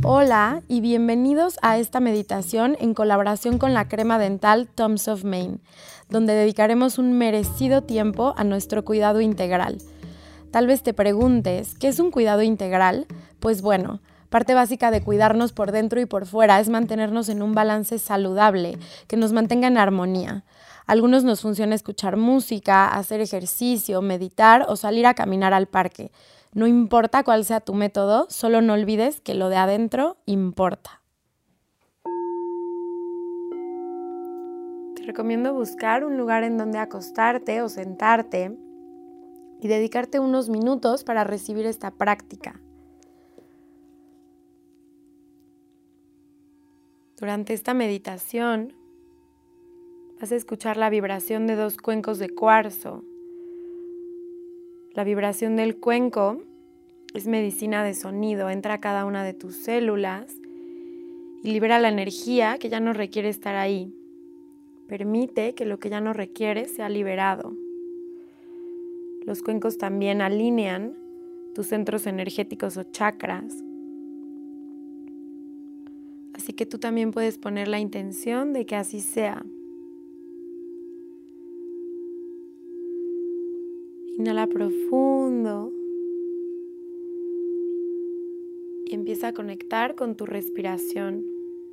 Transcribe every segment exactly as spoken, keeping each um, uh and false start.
Hola y bienvenidos a esta meditación en colaboración con la crema dental Tom's of Maine, donde dedicaremos un merecido tiempo a nuestro cuidado integral. Tal vez te preguntes, ¿qué es un cuidado integral? Pues bueno, parte básica de cuidarnos por dentro y por fuera es mantenernos en un balance saludable, que nos mantenga en armonía. A algunos nos funciona escuchar música, hacer ejercicio, meditar o salir a caminar al parque. No importa cuál sea tu método, solo no olvides que lo de adentro importa. Te recomiendo buscar un lugar en donde acostarte o sentarte y dedicarte unos minutos para recibir esta práctica. Durante esta meditación vas a escuchar la vibración de dos cuencos de cuarzo. La vibración del cuenco es medicina de sonido, entra a cada una de tus células y libera la energía que ya no requiere estar ahí. Permite que lo que ya no requiere sea liberado. Los cuencos también alinean tus centros energéticos o chakras. Así que tú también puedes poner la intención de que así sea. Inhala profundo y empieza a conectar con tu respiración.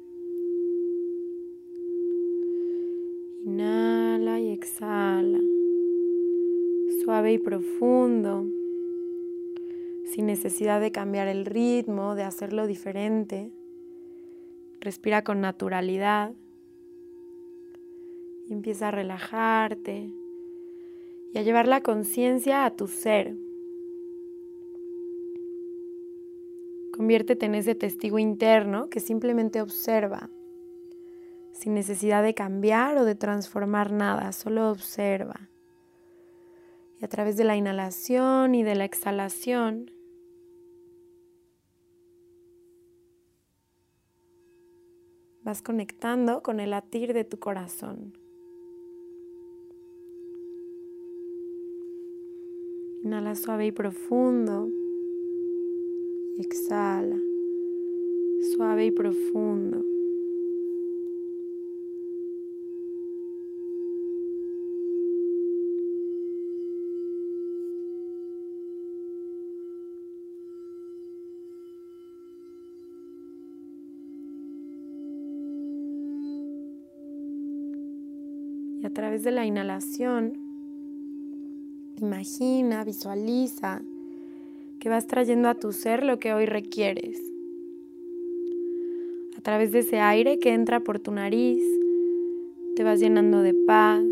Inhala y exhala, suave y profundo, sin necesidad de cambiar el ritmo, de hacerlo diferente. Respira con naturalidad y empieza a relajarte y a llevar la conciencia a tu ser. Conviértete en ese testigo interno que simplemente observa, sin necesidad de cambiar o de transformar nada, solo observa. Y a través de la inhalación y de la exhalación, vas conectando con el latir de tu corazón. Inhala suave y profundo. Y exhala, suave y profundo. Y a través de la inhalación, imagina, visualiza que vas trayendo a tu ser lo que hoy requieres. A través de ese aire que entra por tu nariz, te vas llenando de paz,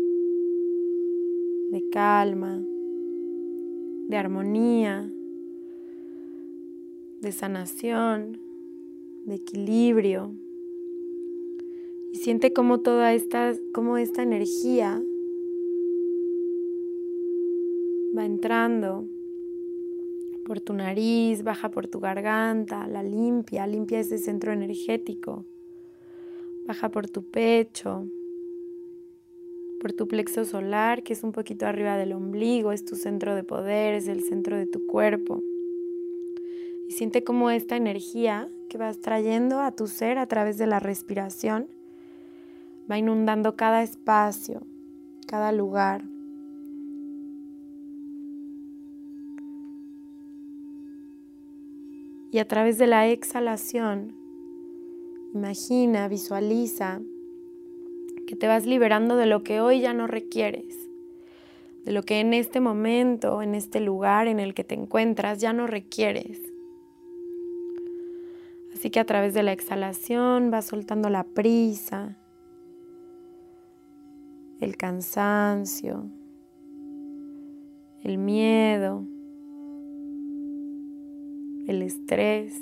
de calma, de armonía, de sanación, de equilibrio. Y siente cómo toda esta, cómo esta energía va entrando por tu nariz, baja por tu garganta, la limpia, limpia ese centro energético, baja por tu pecho, por tu plexo solar, que es un poquito arriba del ombligo, es tu centro de poder, es el centro de tu cuerpo. Y siente cómo esta energía que vas trayendo a tu ser a través de la respiración va inundando cada espacio, cada lugar. Y a través de la exhalación, imagina, visualiza que te vas liberando de lo que hoy ya no requieres, de lo que en este momento, en este lugar en el que te encuentras, ya no requieres. Así que a través de la exhalación vas soltando la prisa, el cansancio, el miedo, el estrés.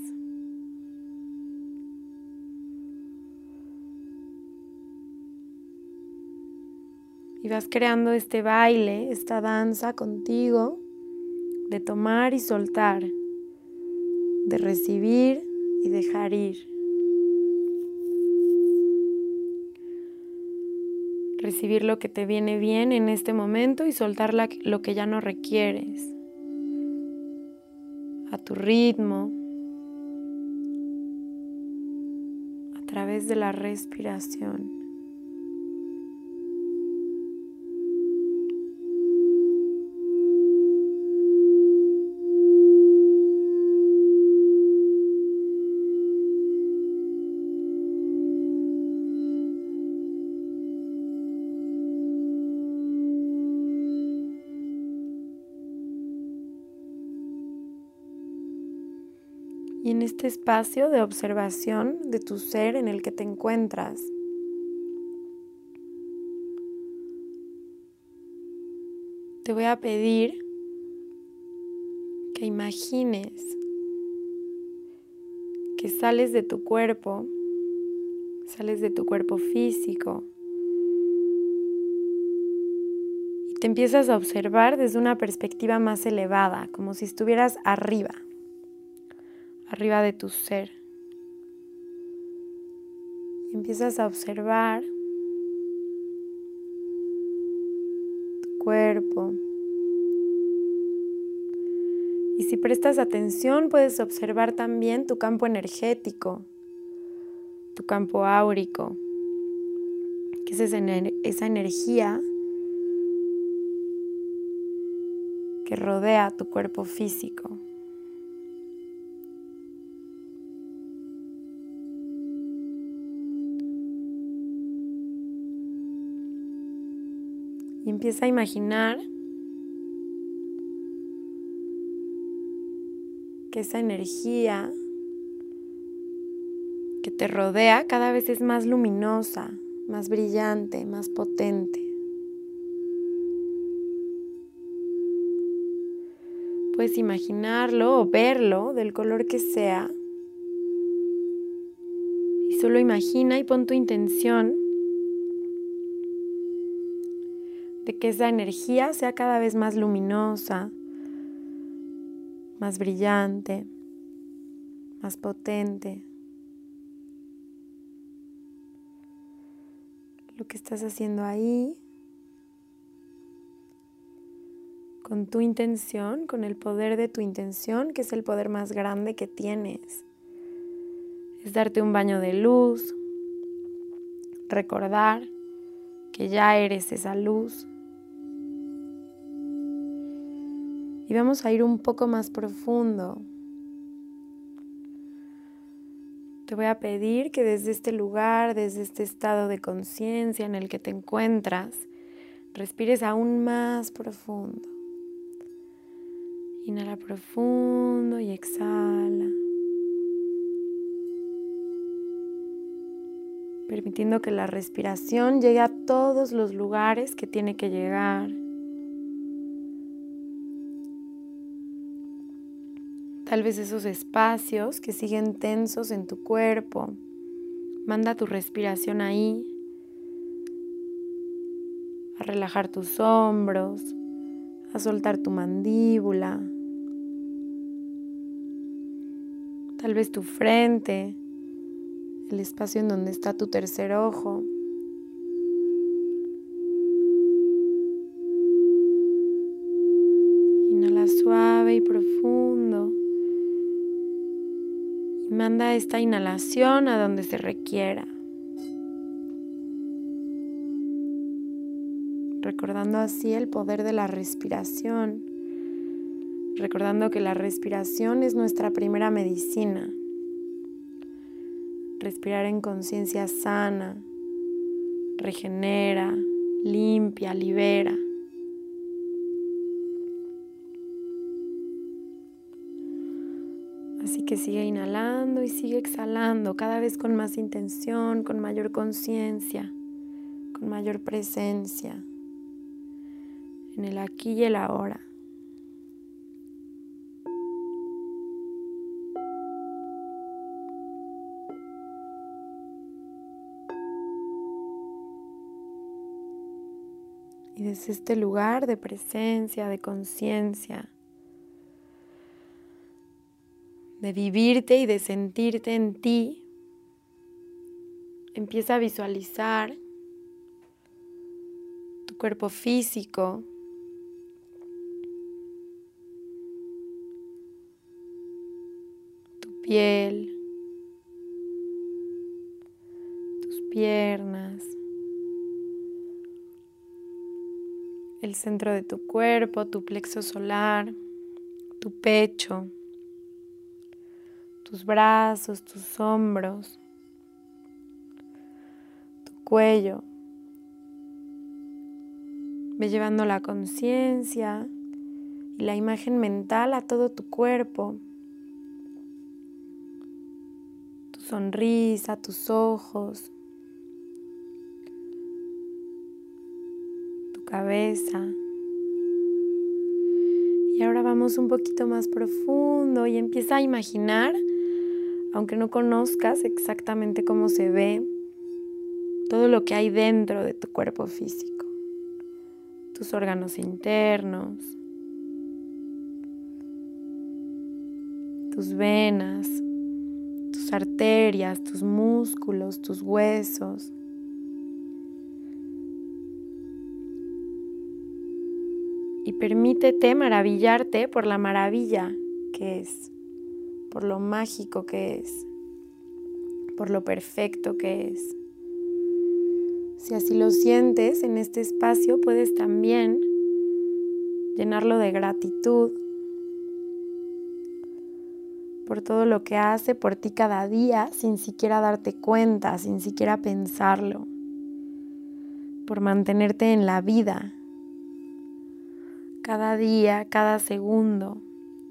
Y vas creando este baile, esta danza contigo, de tomar y soltar, de recibir y dejar ir. Recibir lo que te viene bien en este momento y soltar la, lo que ya no requieres. A tu ritmo, través de la respiración. Y en este espacio de observación de tu ser en el que te encuentras, te voy a pedir que imagines que sales de tu cuerpo, sales de tu cuerpo físico y te empiezas a observar desde una perspectiva más elevada, como si estuvieras arriba. arriba de tu ser. Y empiezas a observar tu cuerpo. Y si prestas atención, puedes observar también tu campo energético, tu campo áurico, que es esa, ener- esa energía que rodea tu cuerpo físico. Y empieza a imaginar que esa energía que te rodea cada vez es más luminosa, más brillante, más potente. Puedes imaginarlo o verlo del color que sea. Y solo imagina y pon tu intención de que esa energía sea cada vez más luminosa, más brillante, más potente. Lo que estás haciendo ahí, con tu intención, con el poder de tu intención, que es el poder más grande que tienes, es darte un baño de luz, recordar que ya eres esa luz. Y vamos a ir un poco más profundo. Te voy a pedir que desde este lugar, desde este estado de conciencia en el que te encuentras, respires aún más profundo. Inhala profundo y exhala. Permitiendo que la respiración llegue a todos los lugares que tiene que llegar. Tal vez esos espacios que siguen tensos en tu cuerpo. Manda tu respiración ahí. A relajar tus hombros, a soltar tu mandíbula. Tal vez tu frente, el espacio en donde está tu tercer ojo. Inhala suave y profundo. Y manda esta inhalación a donde se requiera. Recordando así el poder de la respiración. Recordando que la respiración es nuestra primera medicina. Respirar en conciencia sana, regenera, limpia, libera. Así que sigue inhalando y sigue exhalando, cada vez con más intención, con mayor conciencia, con mayor presencia, en el aquí y el ahora. Y desde este lugar de presencia, de conciencia, de vivirte y de sentirte en ti, empieza a visualizar tu cuerpo físico, tu piel, piernas, el centro de tu cuerpo, tu plexo solar, tu pecho, tus brazos, tus hombros, tu cuello. Ve llevando la conciencia y la imagen mental a todo tu cuerpo, tu sonrisa, tus ojos, tu cabeza. Y ahora vamos un poquito más profundo y empieza a imaginar, aunque no conozcas exactamente cómo se ve, todo lo que hay dentro de tu cuerpo físico, tus órganos internos, tus venas, tus arterias, tus músculos, tus huesos. Y permítete maravillarte por la maravilla que es, por lo mágico que es, por lo perfecto que es. Si así lo sientes en este espacio, puedes también llenarlo de gratitud por todo lo que hace por ti cada día sin siquiera darte cuenta, sin siquiera pensarlo, por mantenerte en la vida cada día, cada segundo,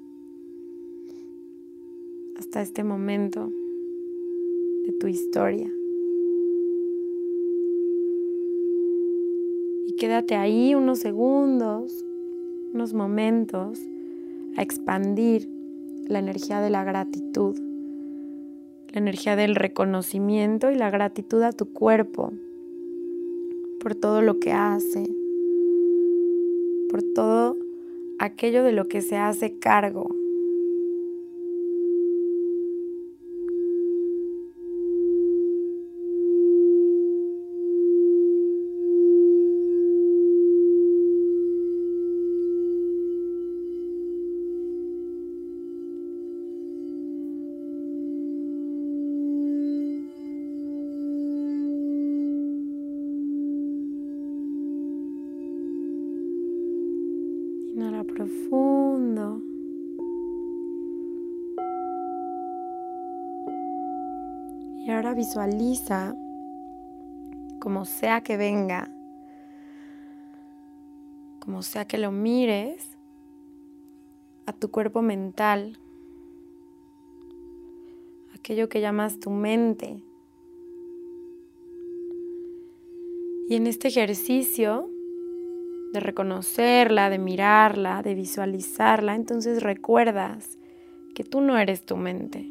hasta este momento de tu historia. Y quédate ahí unos segundos, unos momentos, a expandir la energía de la gratitud, la energía del reconocimiento y la gratitud a tu cuerpo por todo lo que hace, por todo aquello de lo que se hace cargo. Inhala profundo. Y ahora visualiza, como sea que venga, como sea que lo mires, a tu cuerpo mental, aquello que llamas tu mente. Y en este ejercicio de reconocerla, de mirarla, de visualizarla, entonces recuerdas que tú no eres tu mente,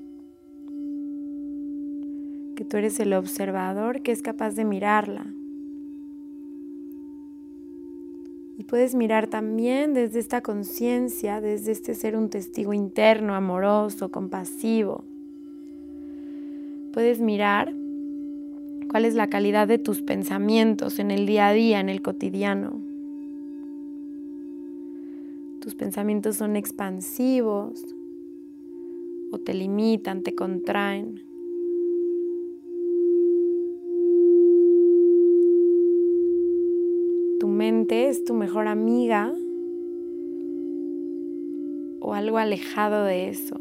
que tú eres el observador que es capaz de mirarla. Y puedes mirar también desde esta conciencia, desde este ser un testigo interno, amoroso, compasivo. Puedes mirar cuál es la calidad de tus pensamientos en el día a día, en el cotidiano. Tus pensamientos son expansivos o te limitan, te contraen. Tu mente es tu mejor amiga o algo alejado de eso.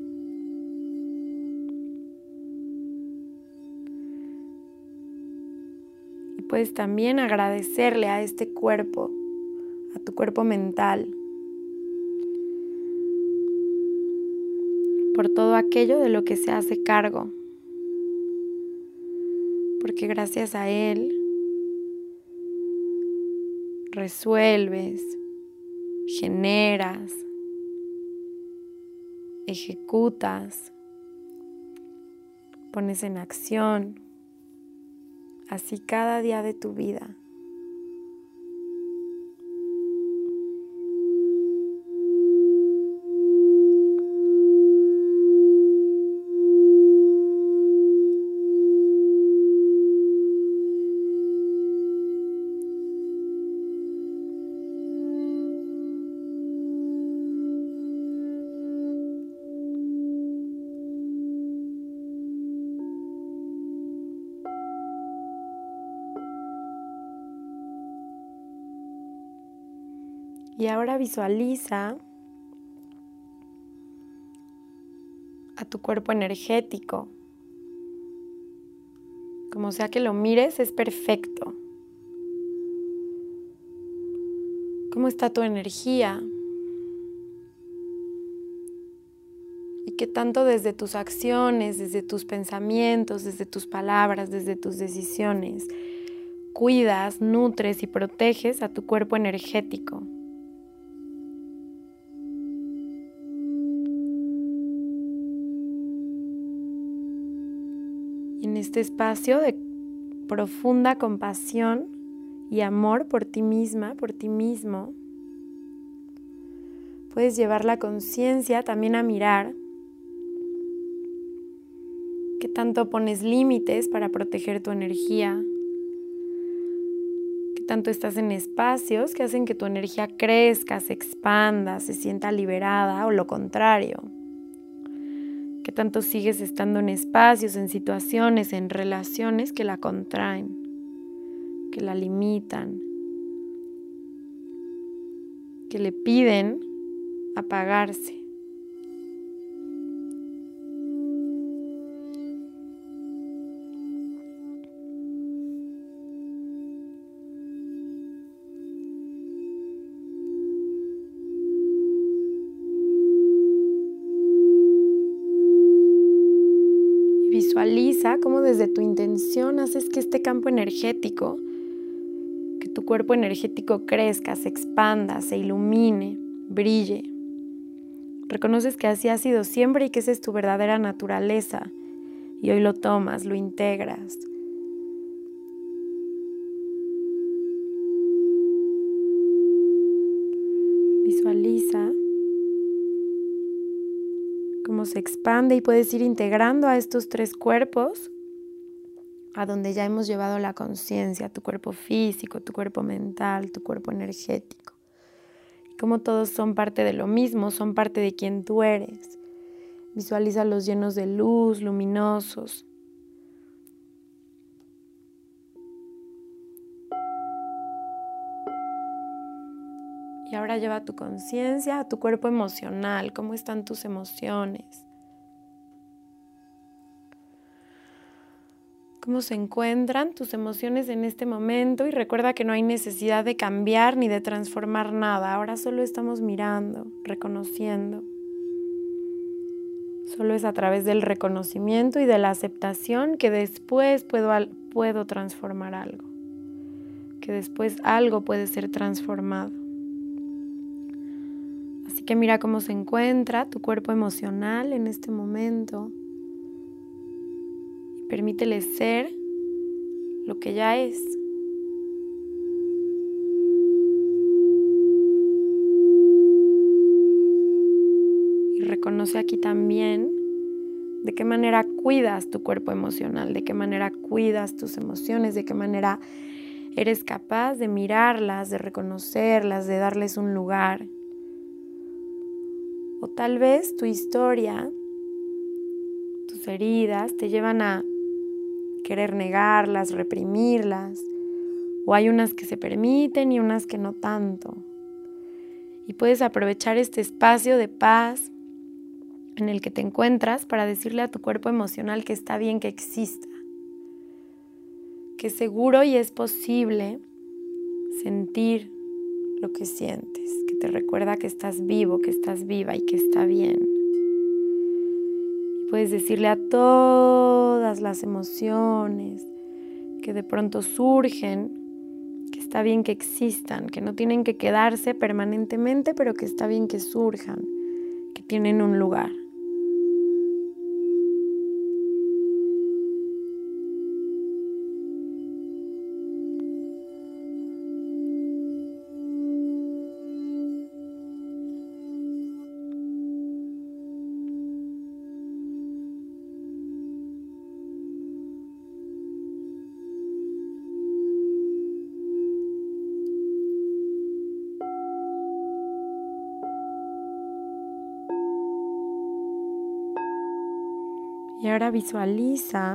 Y puedes también agradecerle a este cuerpo, a tu cuerpo mental, por todo aquello de lo que se hace cargo, porque gracias a él resuelves, generas, ejecutas, pones en acción, así cada día de tu vida. Y ahora visualiza a tu cuerpo energético. Como sea que lo mires, es perfecto. ¿Cómo está tu energía? Y qué tanto desde tus acciones, desde tus pensamientos, desde tus palabras, desde tus decisiones, cuidas, nutres y proteges a tu cuerpo energético. Y en este espacio de profunda compasión y amor por ti misma, por ti mismo, puedes llevar la conciencia también a mirar qué tanto pones límites para proteger tu energía, qué tanto estás en espacios que hacen que tu energía crezca, se expanda, se sienta liberada o lo contrario. Qué tanto sigues estando en espacios, en situaciones, en relaciones que la contraen, que la limitan, que le piden apagarse. Visualiza cómo desde tu intención haces que este campo energético, que tu cuerpo energético crezca, se expanda, se ilumine, brille. Reconoces que así ha sido siempre y que esa es tu verdadera naturaleza y hoy lo tomas, lo integras. Visualiza cómo se expande y puedes ir integrando a estos tres cuerpos a donde ya hemos llevado la conciencia, tu cuerpo físico, tu cuerpo mental, tu cuerpo energético. Y como todos son parte de lo mismo, son parte de quien tú eres. Visualízalos llenos de luz, luminosos. Y ahora lleva tu conciencia a tu cuerpo emocional. ¿Cómo están tus emociones? ¿Cómo se encuentran tus emociones en este momento? Y recuerda que no hay necesidad de cambiar ni de transformar nada. Ahora solo estamos mirando, reconociendo. Solo es a través del reconocimiento y de la aceptación que después puedo, puedo transformar algo. Que después algo puede ser transformado. Así que mira cómo se encuentra tu cuerpo emocional en este momento. Y permítele ser lo que ya es. Y reconoce aquí también de qué manera cuidas tu cuerpo emocional, de qué manera cuidas tus emociones, de qué manera eres capaz de mirarlas, de reconocerlas, de darles un lugar. O tal vez tu historia, tus heridas te llevan a querer negarlas, reprimirlas. O hay unas que se permiten y unas que no tanto. Y puedes aprovechar este espacio de paz en el que te encuentras para decirle a tu cuerpo emocional que está bien que exista. Que es seguro y es posible sentir lo que sientes, que te recuerda que estás vivo, que estás viva y que está bien. Y puedes decirle a todas las emociones que de pronto surgen, que está bien que existan, que no tienen que quedarse permanentemente, pero que está bien que surjan, que tienen un lugar. Y ahora visualiza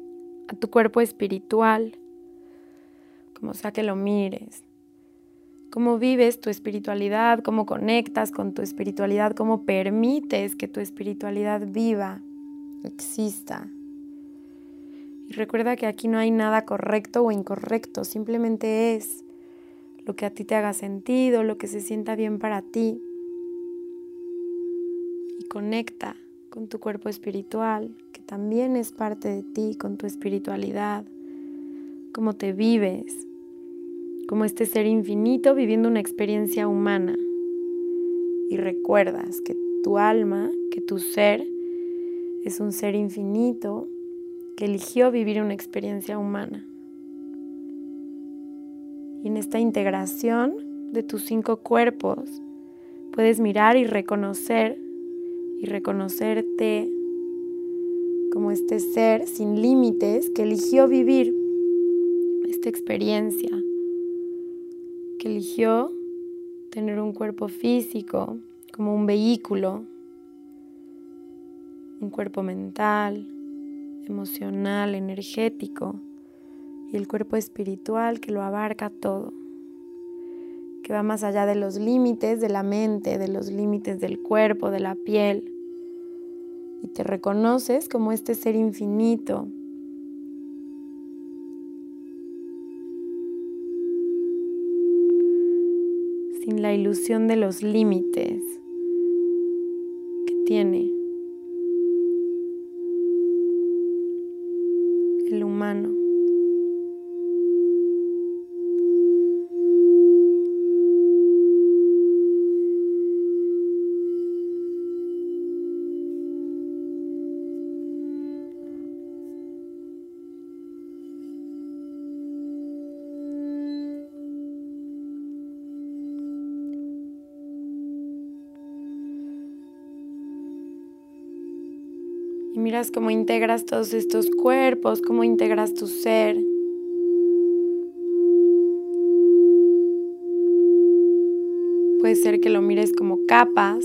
tu cuerpo espiritual, como sea que lo mires, cómo vives tu espiritualidad, cómo conectas con tu espiritualidad, cómo permites que tu espiritualidad viva, exista. Y recuerda que aquí no hay nada correcto o incorrecto, simplemente es lo que a ti te haga sentido, lo que se sienta bien para ti. Y conecta con tu cuerpo espiritual, que también es parte de ti, con tu espiritualidad, cómo te vives, como este ser infinito viviendo una experiencia humana. Y recuerdas que tu alma, que tu ser, es un ser infinito que eligió vivir una experiencia humana. Y en esta integración de tus cinco cuerpos, puedes mirar y reconocer y reconocerte como este ser sin límites que eligió vivir esta experiencia, que eligió tener un cuerpo físico como un vehículo, un cuerpo mental, emocional, energético, y el cuerpo espiritual que lo abarca todo, que va más allá de los límites de la mente, de los límites del cuerpo, de la piel, y te reconoces como este ser infinito, sin la ilusión de los límites que tiene el humano. Y miras cómo integras todos estos cuerpos, cómo integras tu ser. Puede ser que lo mires como capas.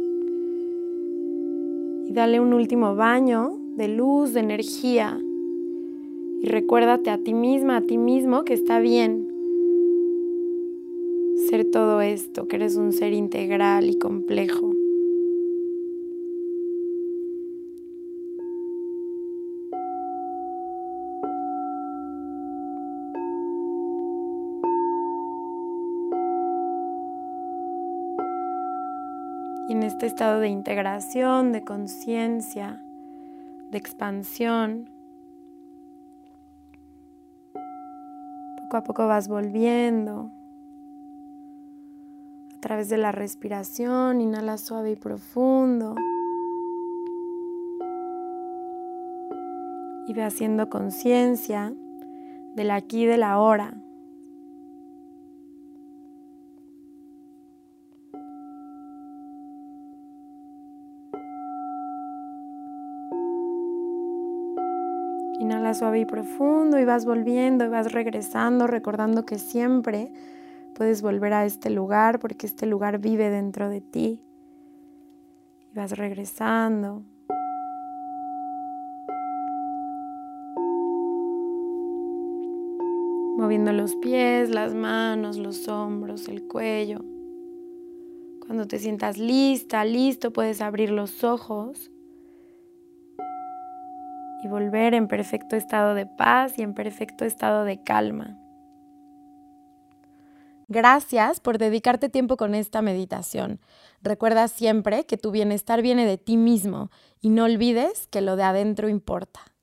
Y dale un último baño de luz, de energía. Y recuérdate a ti misma, a ti mismo, que está bien ser todo esto, que eres un ser integral y complejo. Y en este estado de integración, de conciencia, de expansión, poco a poco vas volviendo a través de la respiración. Inhala suave y profundo y ve haciendo conciencia del aquí y del ahora. Inhala suave y profundo y vas volviendo y vas regresando, recordando que siempre puedes volver a este lugar porque este lugar vive dentro de ti. Y vas regresando. Moviendo los pies, las manos, los hombros, el cuello. Cuando te sientas lista, listo, puedes abrir los ojos y volver en perfecto estado de paz y en perfecto estado de calma. Gracias por dedicarte tiempo con esta meditación. Recuerda siempre que tu bienestar viene de ti mismo y no olvides que lo de adentro importa.